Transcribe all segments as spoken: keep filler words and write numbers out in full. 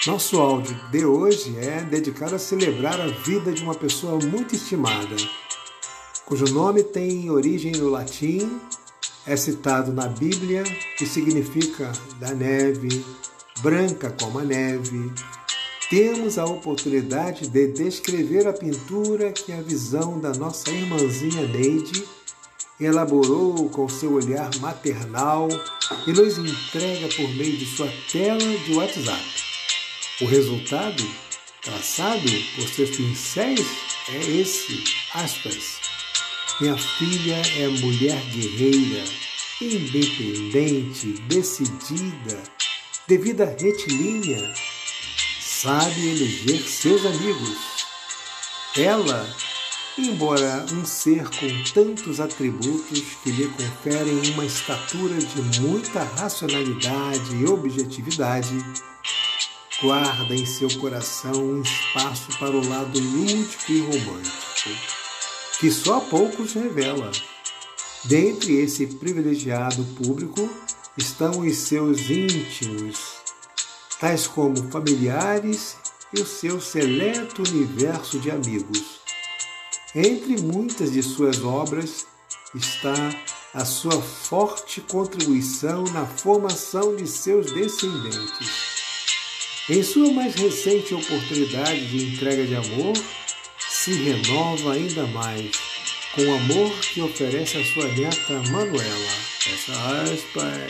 Nosso áudio de hoje é dedicado a celebrar a vida de uma pessoa muito estimada, cujo nome tem origem no latim, é citado na Bíblia e significa da neve, branca como a neve. Temos a oportunidade de descrever a pintura que a visão da nossa irmãzinha Neide elaborou com seu olhar maternal e nos entrega por meio de sua tela de WhatsApp. O resultado, traçado por seus pincéis, é esse, aspas. Minha filha é mulher guerreira, independente, decidida, de vida retilínea, sabe eleger seus amigos. Ela, embora um ser com tantos atributos que lhe conferem uma estatura de muita racionalidade e objetividade, guarda em seu coração um espaço para o lado lúdico e romântico, que só a poucos revela. Dentre esse privilegiado público estão os seus íntimos, tais como familiares e o seu seleto universo de amigos. Entre muitas de suas obras está a sua forte contribuição na formação de seus descendentes. Em sua mais recente oportunidade de entrega de amor, se renova ainda mais com o amor que oferece a sua neta Manuela. Fecha aspas.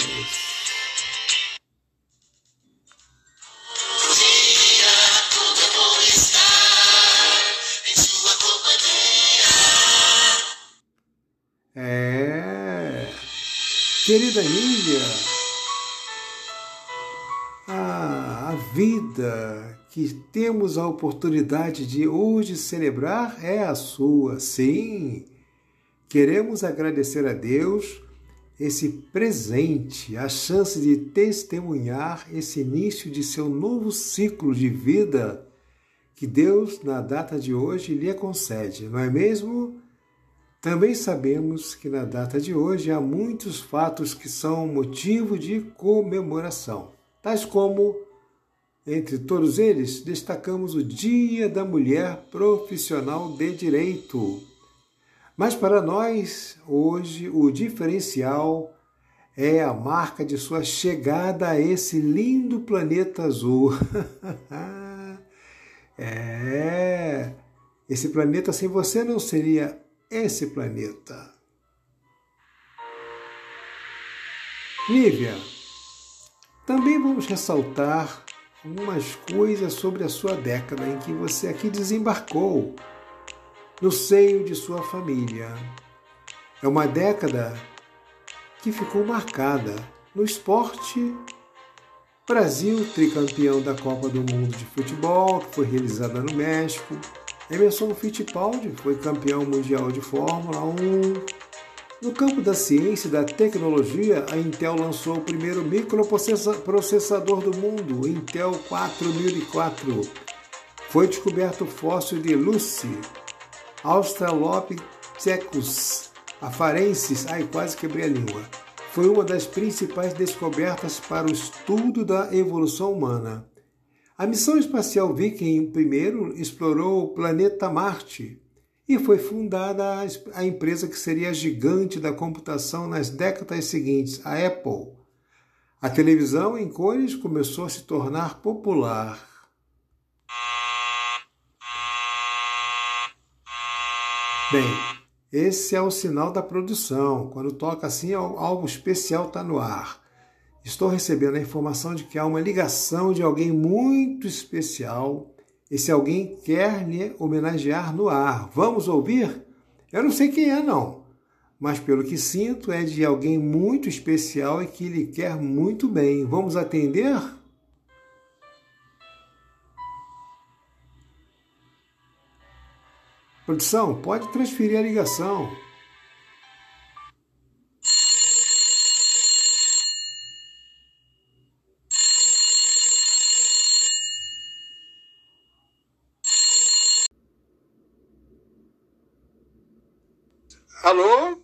É, querida Nília, a, a vida que temos a oportunidade de hoje celebrar é a sua. Sim, queremos agradecer a Deus esse presente, a chance de testemunhar esse início de seu novo ciclo de vida que Deus, na data de hoje, lhe concede, não é mesmo? Também sabemos que na data de hoje há muitos fatos que são motivo de comemoração, tais como, entre todos eles, destacamos o Dia da Mulher Profissional de Direito. Mas para nós, hoje, o diferencial é a marca de sua chegada a esse lindo planeta azul. É, esse planeta sem você não seria esse planeta. Nívia, também vamos ressaltar algumas coisas sobre a sua década em que você aqui desembarcou no seio de sua família. É uma década que ficou marcada no esporte. Brasil, tricampeão da Copa do Mundo de Futebol, que foi realizada no México. Emerson Fittipaldi foi campeão mundial de Fórmula um. No campo da ciência e da tecnologia, a Intel lançou o primeiro microprocessador do mundo, o Intel quatro mil e quatro. Foi descoberto o fóssil de Lucy Australopithecus afarensis, ai, quase quebrei a língua. Foi uma das principais descobertas para o estudo da evolução humana. A missão espacial Viking um explorou o planeta Marte e foi fundada a empresa que seria a gigante da computação nas décadas seguintes, a Apple. A televisão em cores começou a se tornar popular. Bem, esse é o sinal da produção. Quando toca assim, algo especial está no ar. Estou recebendo a informação de que há uma ligação de alguém muito especial. Esse alguém quer lhe homenagear no ar. Vamos ouvir? Eu não sei quem é, não. Mas pelo que sinto, é de alguém muito especial e que lhe quer muito bem. Vamos atender? Produção, pode transferir a ligação. Alô?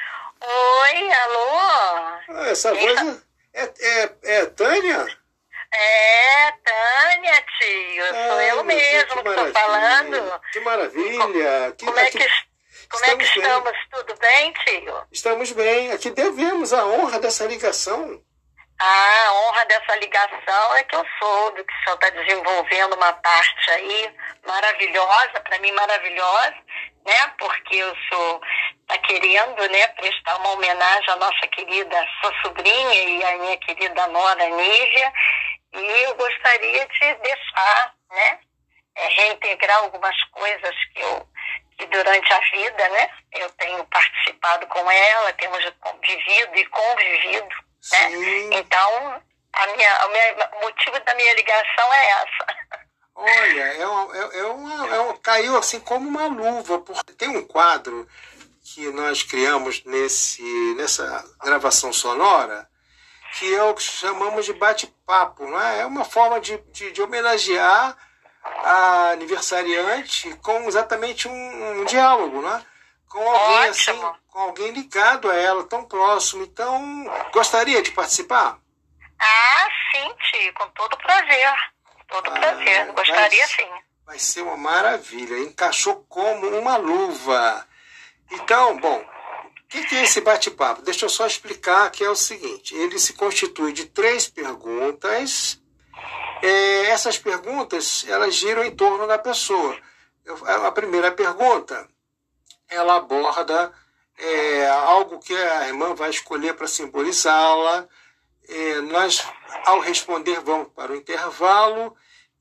Oi, alô? Essa voz é, é, é Tânia? É, Tânia, tio, sou Ai, eu meu Deus, mesmo que que estou falando. Que maravilha! Que, Como é aqui, que, como é que estamos bem. estamos? Tudo bem, tio? Estamos bem. Aqui devemos a honra dessa ligação. Ah, a honra dessa ligação é que eu soube que o senhor está desenvolvendo uma parte aí maravilhosa, para mim maravilhosa, né? Porque eu sou tá querendo, né, prestar uma homenagem à nossa querida sua sobrinha e à minha querida nora Nívia, e eu gostaria de deixar, né, é, reintegrar algumas coisas que eu que durante a vida, né, eu tenho participado com ela, temos convivido e convivido, né? Então, a minha, o minha, o motivo da minha ligação é essa. Olha, é uma, é, é uma, é uma, caiu assim como uma luva, porque tem um quadro que nós criamos nesse, nessa gravação sonora, que é o que chamamos de bate-papo, não é? É uma forma de, de, de homenagear a aniversariante com exatamente um, um diálogo, não é? Com alguém assim, com alguém ligado a ela, tão próximo. Então, gostaria de participar? Ah, sim, tio, com todo prazer. Todo ah, prazer, gostaria vai, sim. Vai ser uma maravilha, encaixou como uma luva. Então, bom, o que, que é esse bate-papo? Deixa eu só explicar que é o seguinte, ele se constitui de três perguntas. É, essas perguntas, elas giram em torno da pessoa. A primeira pergunta, ela aborda é, algo que a irmã vai escolher para simbolizá-la. É, nós, ao responder, vamos para o intervalo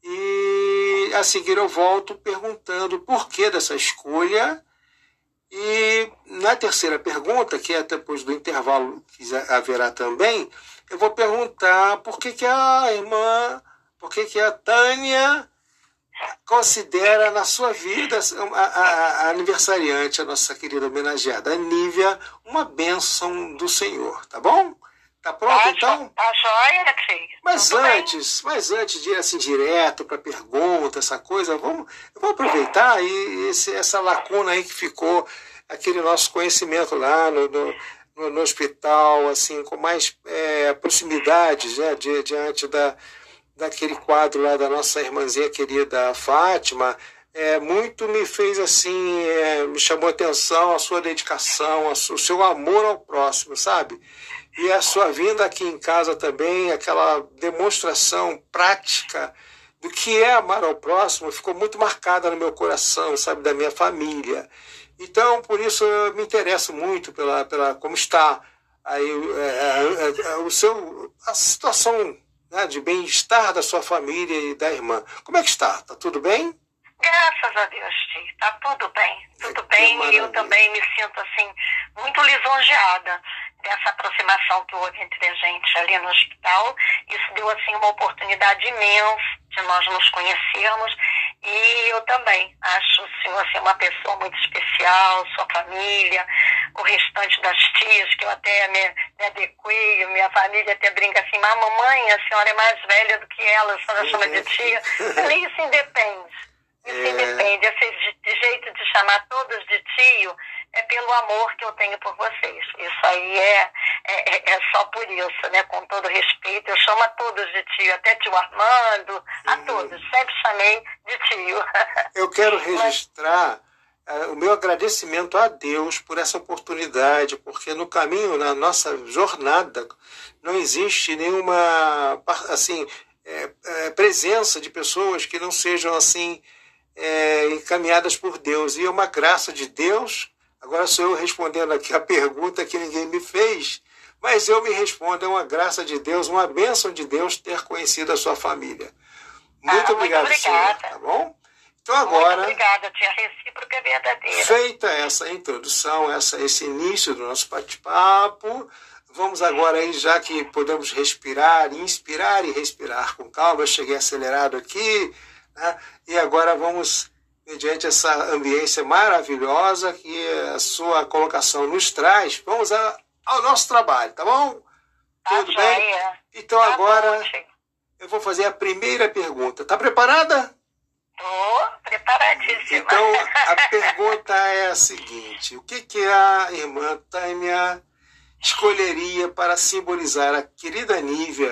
e a seguir eu volto perguntando o porquê dessa escolha. E na terceira pergunta, que é depois do intervalo que haverá também, eu vou perguntar por que, que a irmã, por que, que a Tânia considera na sua vida a, a, a aniversariante, a nossa querida homenageada, a Nívia, uma bênção do Senhor, tá bom? Tá pronto, tá, então? Tá joia, filho. Mas Tudo antes, bem? mas antes de ir assim direto para a pergunta, essa coisa, vamos, eu vou aproveitar e esse, essa lacuna aí que ficou, aquele nosso conhecimento lá no, no, no, no hospital, assim, com mais é, proximidades, né, di, diante da, daquele quadro lá da nossa irmãzinha querida Fátima, é, muito me fez assim, é, me chamou a atenção a sua dedicação, a su, o seu amor ao próximo, sabe? E a sua vinda aqui em casa também, aquela demonstração prática do que é amar ao próximo, ficou muito marcada no meu coração, sabe, da minha família. Então, por isso, eu me interesso muito pela, pela como está aí, é, é, é, o seu, a situação, né, de bem-estar da sua família e da irmã. Como é que está? Está tudo bem? Graças a Deus, tio. Está tudo bem. Tudo é, bem. E eu também me sinto, assim, muito lisonjeada dessa aproximação que houve entre a gente ali no hospital. Isso deu, assim, uma oportunidade imensa de nós nos conhecermos. E eu também acho o senhor, assim, uma pessoa muito especial, sua família, o restante das tias, que eu até me, me adequei, minha família até brinca assim, mas mamãe, a senhora é mais velha do que ela, a senhora chama de tia. Isso independe. Isso é... independe. Esse jeito de chamar todos de tio é pelo amor que eu tenho por vocês. Isso aí é, é, é só por isso, né? Com todo respeito. Eu chamo a todos de tio, até tio Armando, a hum. todos. Sempre chamei de tio. Eu quero registrar Mas... uh, o meu agradecimento a Deus por essa oportunidade, porque no caminho, na nossa jornada, não existe nenhuma assim, é, é, presença de pessoas que não sejam assim, É, encaminhadas por Deus, e é uma graça de Deus. Agora sou eu respondendo aqui a pergunta que ninguém me fez, mas eu me respondo, é uma graça de Deus, uma bênção de Deus ter conhecido a sua família. Muito ah, obrigado, muito senhor, tá bom? Então agora, muito obrigada, tia, recíproca é verdadeira. Feita essa introdução, essa, esse início do nosso bate-papo, vamos agora aí, já que podemos respirar, inspirar e respirar com calma. Eu cheguei acelerado aqui, né? E agora vamos, mediante essa ambiência maravilhosa que a sua colocação nos traz, vamos a, ao nosso trabalho, tá bom? Tá, Tudo bem? Joia. Então tá agora bom, eu vou fazer a primeira pergunta. Tá preparada? Tô preparadíssima. Então a pergunta é a seguinte: o que, que a irmã Tânia escolheria para simbolizar a querida Nívia,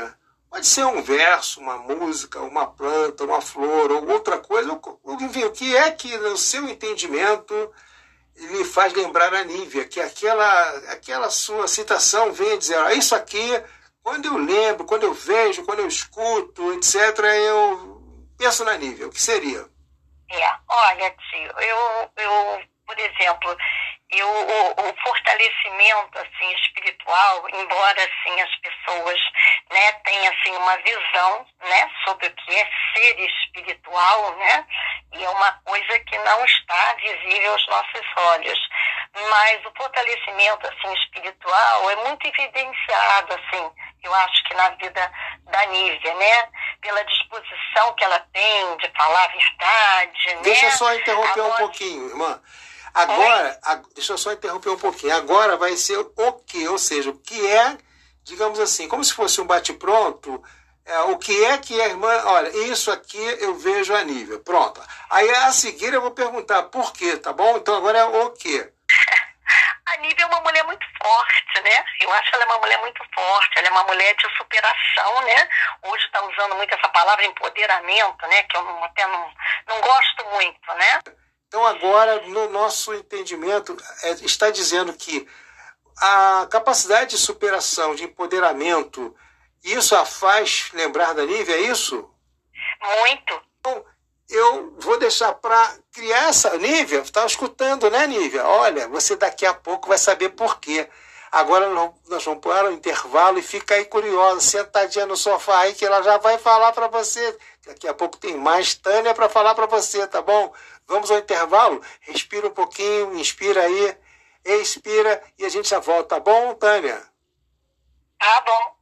Pode ser um verso, uma música, uma planta, uma flor ou outra coisa. Enfim, o que é que, no seu entendimento, lhe faz lembrar a Nívia? Que aquela, aquela sua citação venha dizer, ah, isso aqui, quando eu lembro, quando eu vejo, quando eu escuto, etcétera, eu penso na Nívia. O que seria? É, olha, tio, eu, eu por exemplo, eu, o, o fortalecimento assim, espiritual, embora assim, as pessoas, né, tenham assim, uma visão, né, sobre o que é ser espiritual, né, e é uma coisa que não está visível aos nossos olhos. Mas o fortalecimento assim, espiritual é muito evidenciado, assim, eu acho que na vida da Nívia, né, pela disposição que ela tem de falar a verdade. Deixa né? eu só interromper Agora... um pouquinho, irmã. Agora, a, deixa eu só interromper um pouquinho. Agora vai ser o quê? Ou seja, o que é, digamos assim, como se fosse um bate-pronto, é, o que é que a irmã... Olha, isso aqui eu vejo a Nívia. Pronto. Aí a seguir eu vou perguntar por quê, tá bom? Então agora é o quê? A Nívia é uma mulher muito forte, né? Eu acho ela uma mulher muito forte, ela é uma mulher de superação, né? Hoje está usando muito essa palavra empoderamento, né? Que eu não, até não, não gosto muito, né? Então agora, no nosso entendimento, é, está dizendo que a capacidade de superação, de empoderamento, isso a faz lembrar da Nívia, é isso? Muito. Então, eu vou deixar para criar essa... Nívia, estava escutando, né, Nívia? Olha, você daqui a pouco vai saber por quê. Agora nós vamos para o intervalo e fica aí curiosa, sentadinha no sofá aí, que ela já vai falar para você. Daqui a pouco tem mais Tânia para falar para você, tá bom? Vamos ao intervalo? Respira um pouquinho, inspira aí, expira e a gente já volta, tá bom, Tânia? Tá bom.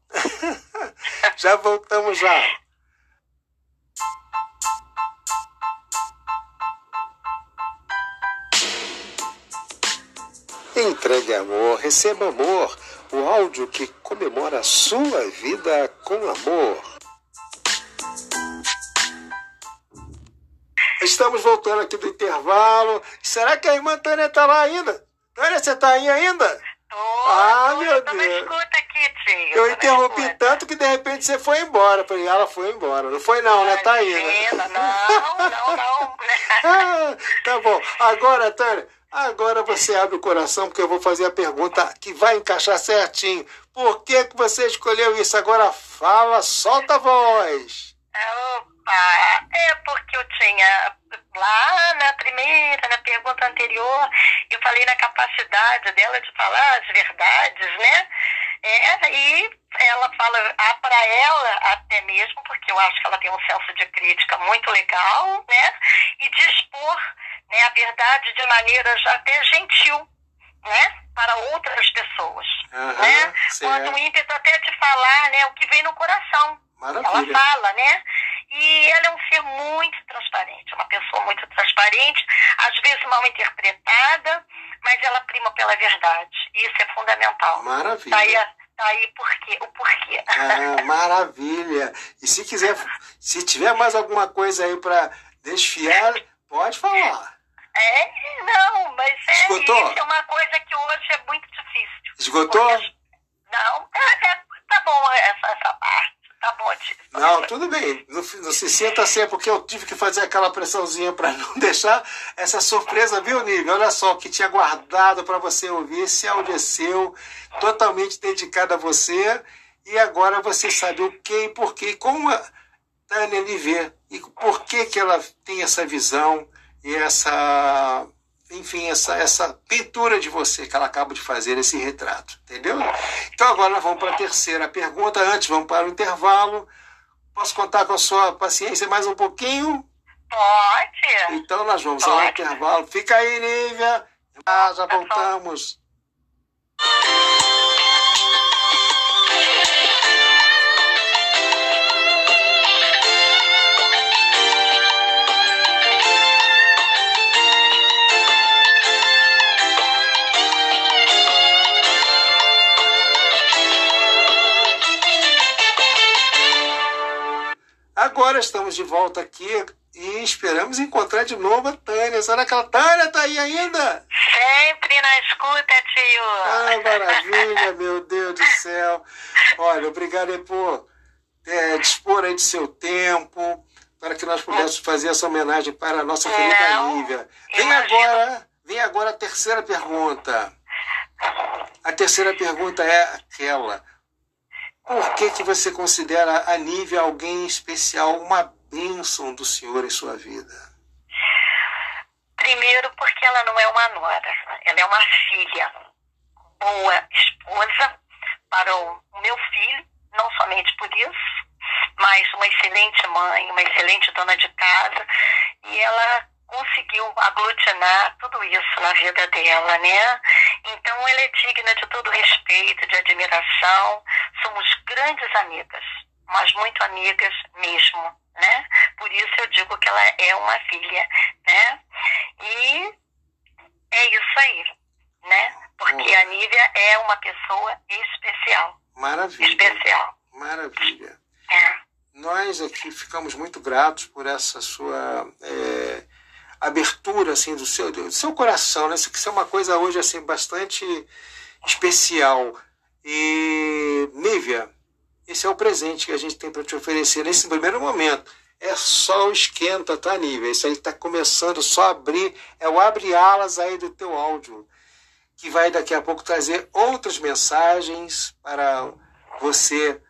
Já voltamos já. Entregue amor, receba amor, o áudio que comemora a sua vida com amor. Estamos voltando aqui do intervalo. Será que a irmã Tânia está lá ainda? Tânia, você está aí ainda? Tô, ah, tô, meu eu tô Deus. na escuta aqui, tio. Eu interrompi tanto que de repente você foi embora. Falei, ela foi embora. Não foi não, né? Tá aí, né? Não, não, não. ah, tá bom. Agora, Tânia, agora você abre o coração porque eu vou fazer a pergunta que vai encaixar certinho. Por que que você escolheu isso? Agora fala, solta a voz. Opa, é porque eu tinha lá na primeira, na pergunta anterior, eu falei na capacidade dela de falar as verdades, né? É, e ela fala, ah, para ela até mesmo, porque eu acho que ela tem um senso de crítica muito legal, né? E de expor, né, a verdade de maneira já até gentil, né? Para outras pessoas, uhum, né? Certo. Quanto o ímpeto até de falar, né, o que vem no coração. Maravilha. Ela fala, né? E ela é um ser muito transparente, uma pessoa muito transparente, às vezes mal interpretada, mas ela prima pela verdade. Isso é fundamental. Maravilha. Tá aí, tá aí porquê, o porquê. Ah, maravilha. E se quiser, se tiver mais alguma coisa aí para desfiar, pode falar. É, não, mas é, Esgotou? isso é uma coisa que hoje é muito difícil. Esgotou? Porque, não, é, é, tá bom essa, essa parte. Tá bom, tio. Não, tudo bem. Não, não se sinta assim, é porque eu tive que fazer aquela pressãozinha para não deixar essa surpresa, viu, Nívia? Olha só, o que tinha guardado para você ouvir, esse áudio é seu, totalmente dedicado a você, e agora você sabe o que e por que, como a Tânia lhe vê, e por que que ela tem essa visão e essa... Enfim, essa, essa pintura de você que ela acaba de fazer, esse retrato, entendeu? Então agora nós vamos para a terceira pergunta. Antes, vamos para o intervalo. Posso contar com a sua paciência mais um pouquinho? Pode. Então nós vamos Pode. ao intervalo. Fica aí, Nívia. Ah, já voltamos. Agora estamos de volta aqui e esperamos encontrar de novo a Tânia. Será que a Tânia está aí ainda? Sempre na escuta, tio. Ah, maravilha, meu Deus do céu. Olha, obrigado aí por é, dispor aí de seu tempo para que nós pudéssemos fazer essa homenagem para a nossa querida Nívia. Vem agora, vem agora a terceira pergunta. A terceira pergunta é aquela: por que que você considera a Nívia alguém especial, uma bênção do Senhor em sua vida? Primeiro, porque ela não é uma nora, ela é uma filha, boa esposa para o meu filho, não somente por isso, mas uma excelente mãe, uma excelente dona de casa, e ela conseguiu aglutinar tudo isso na vida dela, né? Então ela é digna de todo respeito, de admiração. Somos grandes amigas, mas muito amigas mesmo, né? Por isso eu digo que ela é uma filha, né? E é isso aí, né? Porque a Nívia é uma pessoa especial. Maravilha. Especial. Maravilha. É. Nós aqui ficamos muito gratos por essa sua é, abertura assim, do, seu, do seu coração, né? Isso é uma coisa hoje assim, bastante especial. E, Nívia, esse é o presente que a gente tem para te oferecer nesse primeiro momento. É só o esquenta, tá, Nívia? Isso aí está começando só a abrir, é o abre-alas aí do teu áudio, que vai daqui a pouco trazer outras mensagens para você,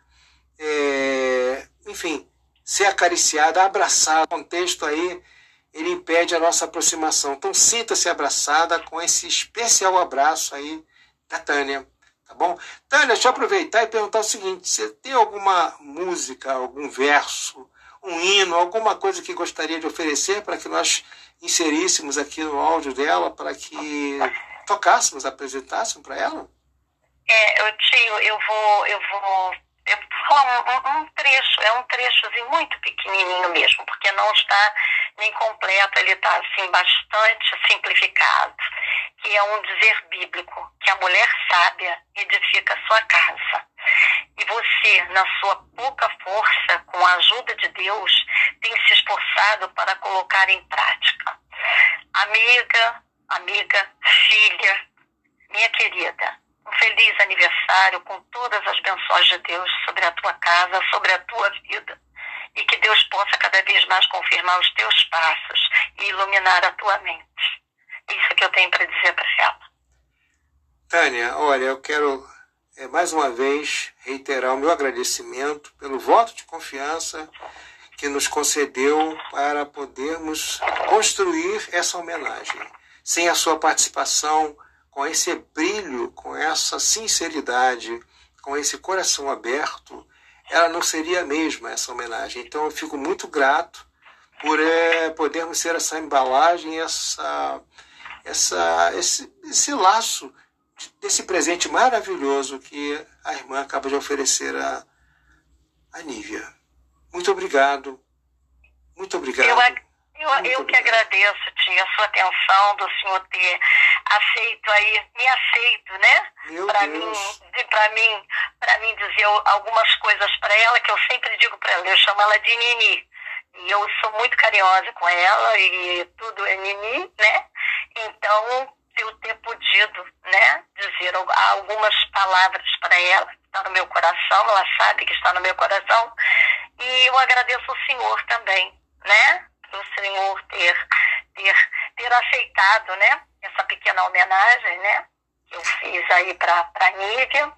é, enfim, ser acariciada, abraçada. O contexto aí, ele impede a nossa aproximação. Então, sinta-se abraçada com esse especial abraço aí da Tânia, tá bom? Tânia, deixa eu aproveitar e perguntar o seguinte: você tem alguma música, algum verso, um hino, alguma coisa que gostaria de oferecer para que nós inseríssemos aqui no áudio dela, para que tocássemos, apresentássemos para ela? É, eu, tio, eu vou, eu vou, eu vou falar um, um trecho, é um trechozinho muito pequenininho mesmo, porque não está nem completo, ele está assim, bastante simplificado, que é um dizer bíblico, que a mulher sábia edifica a sua casa. E você, na sua pouca força, com a ajuda de Deus, tem se esforçado para colocar em prática. Amiga, amiga, filha, minha querida, um feliz aniversário com todas as bênçãos de Deus sobre a tua casa, sobre a tua vida. E que Deus possa cada vez mais confirmar os teus passos e iluminar a tua mente. Isso que eu tenho para dizer para ela. Tânia, olha, eu quero é, mais uma vez reiterar o meu agradecimento pelo voto de confiança que nos concedeu para podermos construir essa homenagem. Sem a sua participação, com esse brilho, com essa sinceridade, com esse coração aberto, ela não seria a mesma, essa homenagem. Então eu fico muito grato por é, podermos ser essa embalagem, essa, essa, esse, esse laço desse presente maravilhoso que a irmã acaba de oferecer a, a Nívia. Muito obrigado. Muito obrigado. Eu, eu, Muito eu obrigado. que agradeço, tia, a sua atenção, do senhor ter aceito aí, me aceito, né? Para mim, para mim, para mim dizer algumas coisas para ela, que eu sempre digo para ela, eu chamo ela de Nini. E eu sou muito carinhosa com ela e tudo é Nini, né? Então, eu ter podido, né, dizer algumas palavras para ela, que está no meu coração, ela sabe que está no meu coração, e eu agradeço ao Senhor também, né, o Senhor ter, ter, ter aceitado, né, essa pequena homenagem, né, que eu fiz aí para a Nívia,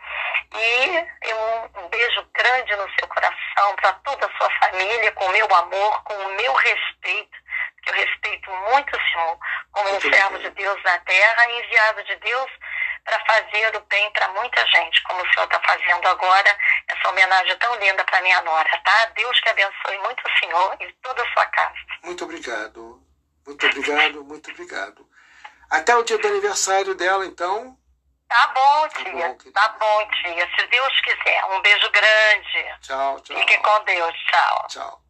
e um beijo grande no seu coração, para toda a sua família, com o meu amor, com o meu respeito, que eu respeito muito o Senhor como um servo de Deus na terra, enviado de Deus para fazer o bem para muita gente, como o Senhor está fazendo agora, essa homenagem tão linda para minha nora, tá? Deus que abençoe muito o Senhor e toda a sua casa. Muito obrigado, muito obrigado, muito obrigado. Até o dia do aniversário dela, então. Tá bom, tia, tá bom, tá bom, tia, se Deus quiser. Um beijo grande. Tchau, tchau. Fique com Deus, tchau. Tchau.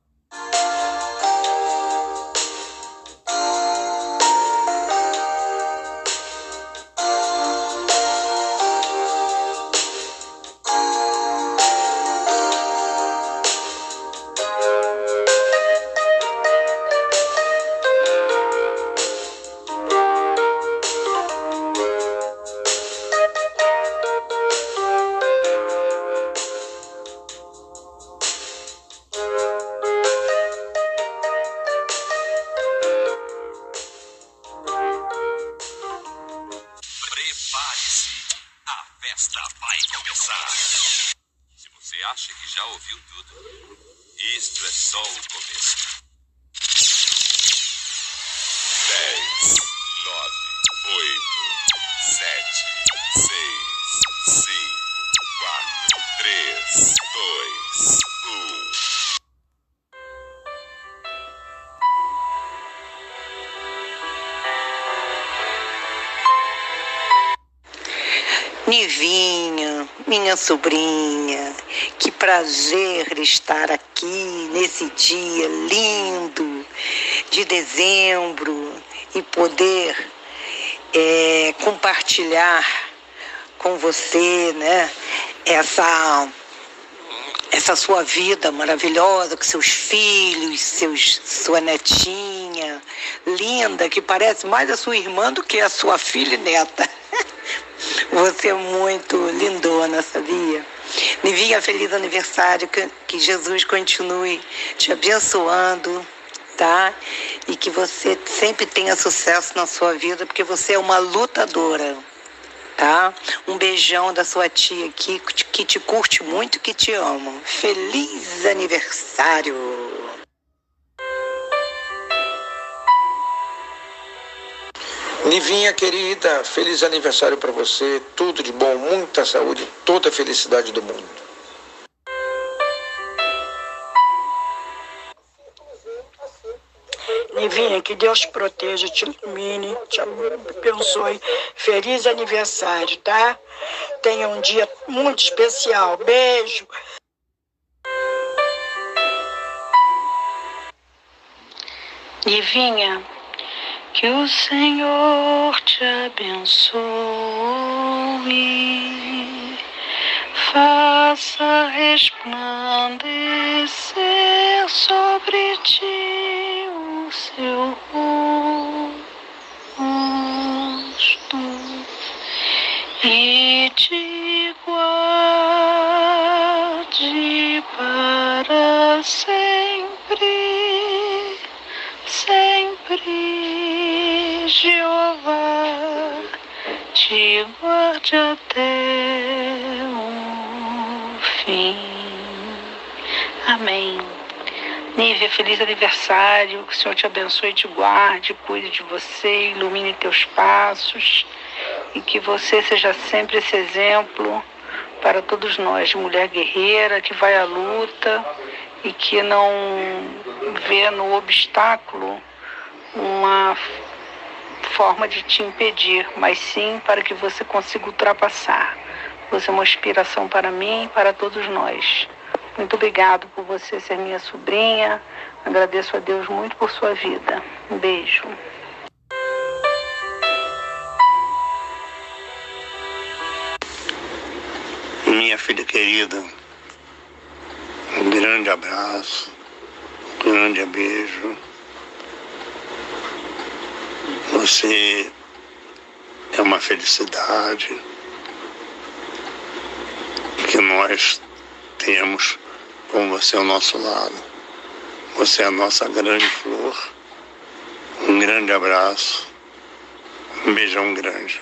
festa vai começar. Se você acha que já ouviu tudo, isto é só o começo. Dez, nove, oito, sete, seis, cinco, quatro, três, dois, um. Nivinha, minha sobrinha, que prazer estar aqui nesse dia lindo de dezembro e poder é, compartilhar com você, né, essa, essa sua vida maravilhosa, com seus filhos, seus, sua netinha linda, que parece mais a sua irmã do que a sua filha e neta. Você é muito lindona, sabia? Nivinha, feliz aniversário, que, que Jesus continue te abençoando, tá? E que você sempre tenha sucesso na sua vida, porque você é uma lutadora, tá? Um beijão da sua tia aqui, que te curte muito, que te ama. Feliz aniversário! Nivinha querida, feliz aniversário para você, tudo de bom, muita saúde, toda a felicidade do mundo. Nivinha, que Deus te proteja, te ilumine, te abençoe. Feliz aniversário, tá? Tenha um dia muito especial. Beijo. Nivinha, que o Senhor te abençoe, faça resplandecer sobre ti o seu rosto e te guarde para sempre, sempre. Jeová te guarde até o fim. Amém. Nívia, feliz aniversário. Que o Senhor te abençoe e te guarde, cuide de você, ilumine teus passos e que você seja sempre esse exemplo para todos nós, mulher guerreira que vai à luta e que não vê no obstáculo uma forma de te impedir, mas sim para que você consiga ultrapassar. Você é uma inspiração para mim e para todos nós. Muito obrigado por você ser minha sobrinha. Agradeço a Deus muito por sua vida. Um beijo. Minha filha querida, um grande abraço, um grande beijo. Você é uma felicidade que nós temos com você ao nosso lado. Você é a nossa grande flor. Um grande abraço, um beijão grande.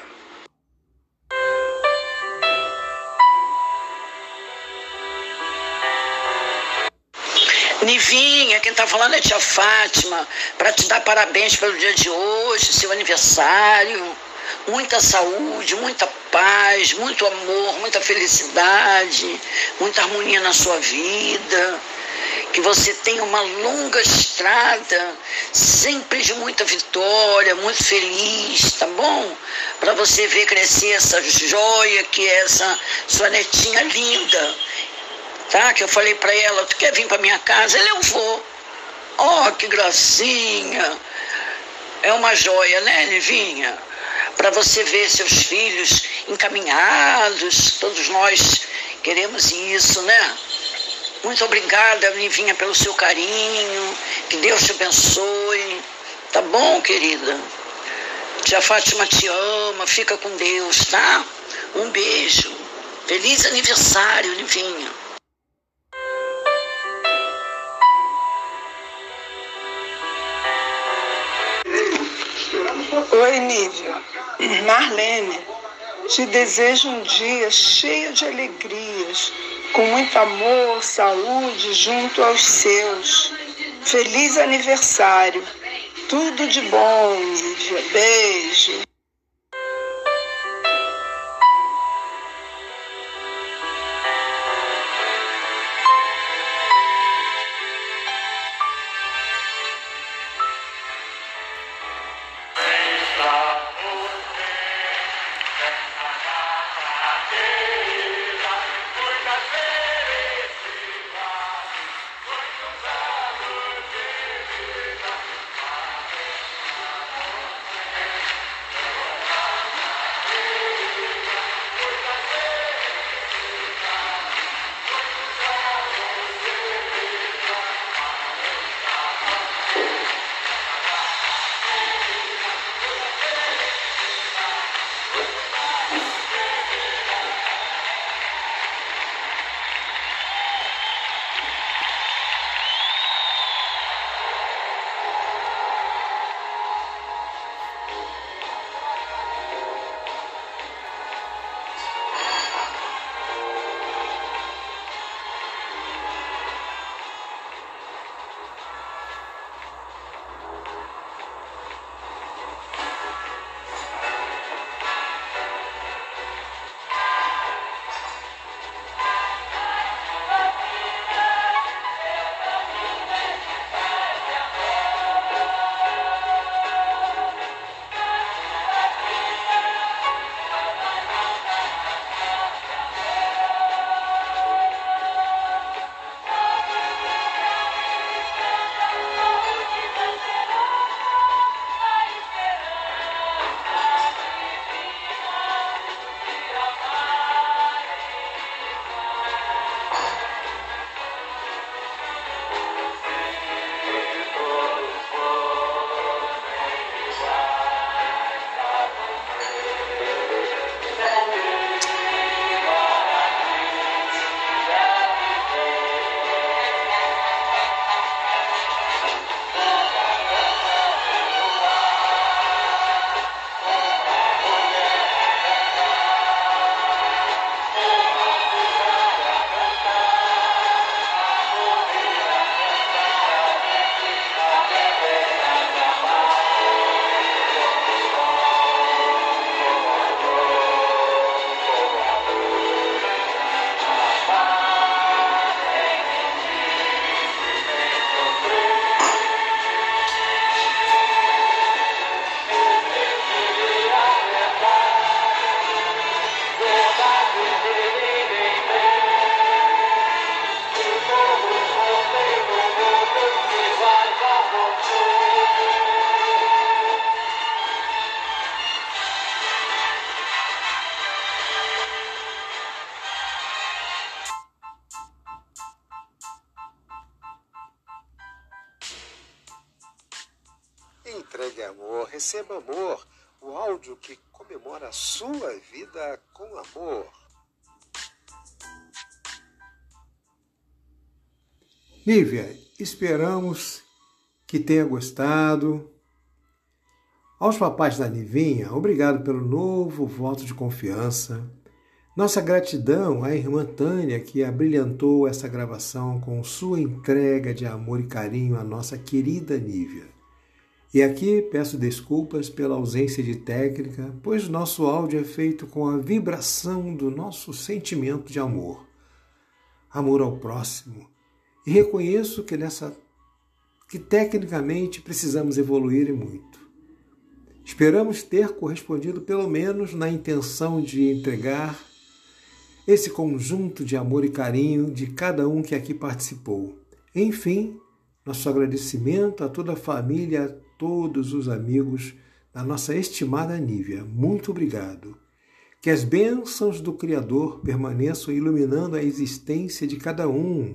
Nivinha, quem tá falando é tia Fátima, para te dar parabéns pelo dia de hoje, seu aniversário. Muita saúde, muita paz, muito amor, muita felicidade, muita harmonia na sua vida. Que você tenha uma longa estrada, sempre de muita vitória, muito feliz, tá bom? Para você ver crescer essa joia que é essa sua netinha linda. Tá? Que eu falei para ela, tu quer vir para minha casa? Ela, eu vou. Oh, que gracinha. É uma joia, né, Nivinha? Para você ver seus filhos encaminhados, todos nós queremos isso, né? Muito obrigada, Nivinha, pelo seu carinho, que Deus te abençoe, tá bom, querida? Tia Fátima te ama, fica com Deus, tá? Um beijo, feliz aniversário, Nivinha. Oi, Nívia. Marlene, Te desejo um dia cheio de alegrias, com muito amor, saúde junto aos seus. Feliz aniversário. Tudo de bom, Nívia. Beijo. Entregue amor, receba amor, o áudio que comemora a sua vida com amor. Nívia, esperamos que tenha gostado. Aos papais da Nivinha, obrigado pelo novo voto de confiança. Nossa gratidão à irmã Tânia, que abrilhantou essa gravação com sua entrega de amor e carinho à nossa querida Nívia. E aqui peço desculpas pela ausência de técnica, pois nosso áudio é feito com a vibração do nosso sentimento de amor. Amor ao próximo. E reconheço que, nessa, que tecnicamente precisamos evoluir e muito. Esperamos ter correspondido pelo menos na intenção de entregar esse conjunto de amor e carinho de cada um que aqui participou. Enfim, nosso agradecimento a toda a família, a todos os amigos da nossa estimada Nívia. Muito obrigado. Que as bênçãos do Criador permaneçam iluminando a existência de cada um.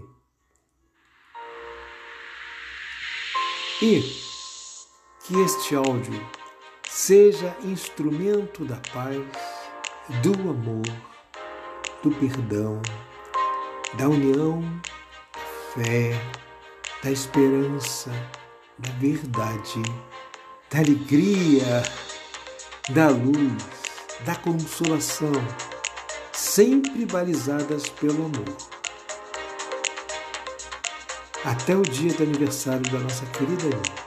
E que este áudio seja instrumento da paz, do amor, do perdão, da união, da fé, da esperança, da verdade, da alegria, da luz, da consolação, sempre balizadas pelo amor. Até o dia do aniversário da nossa querida Nívia.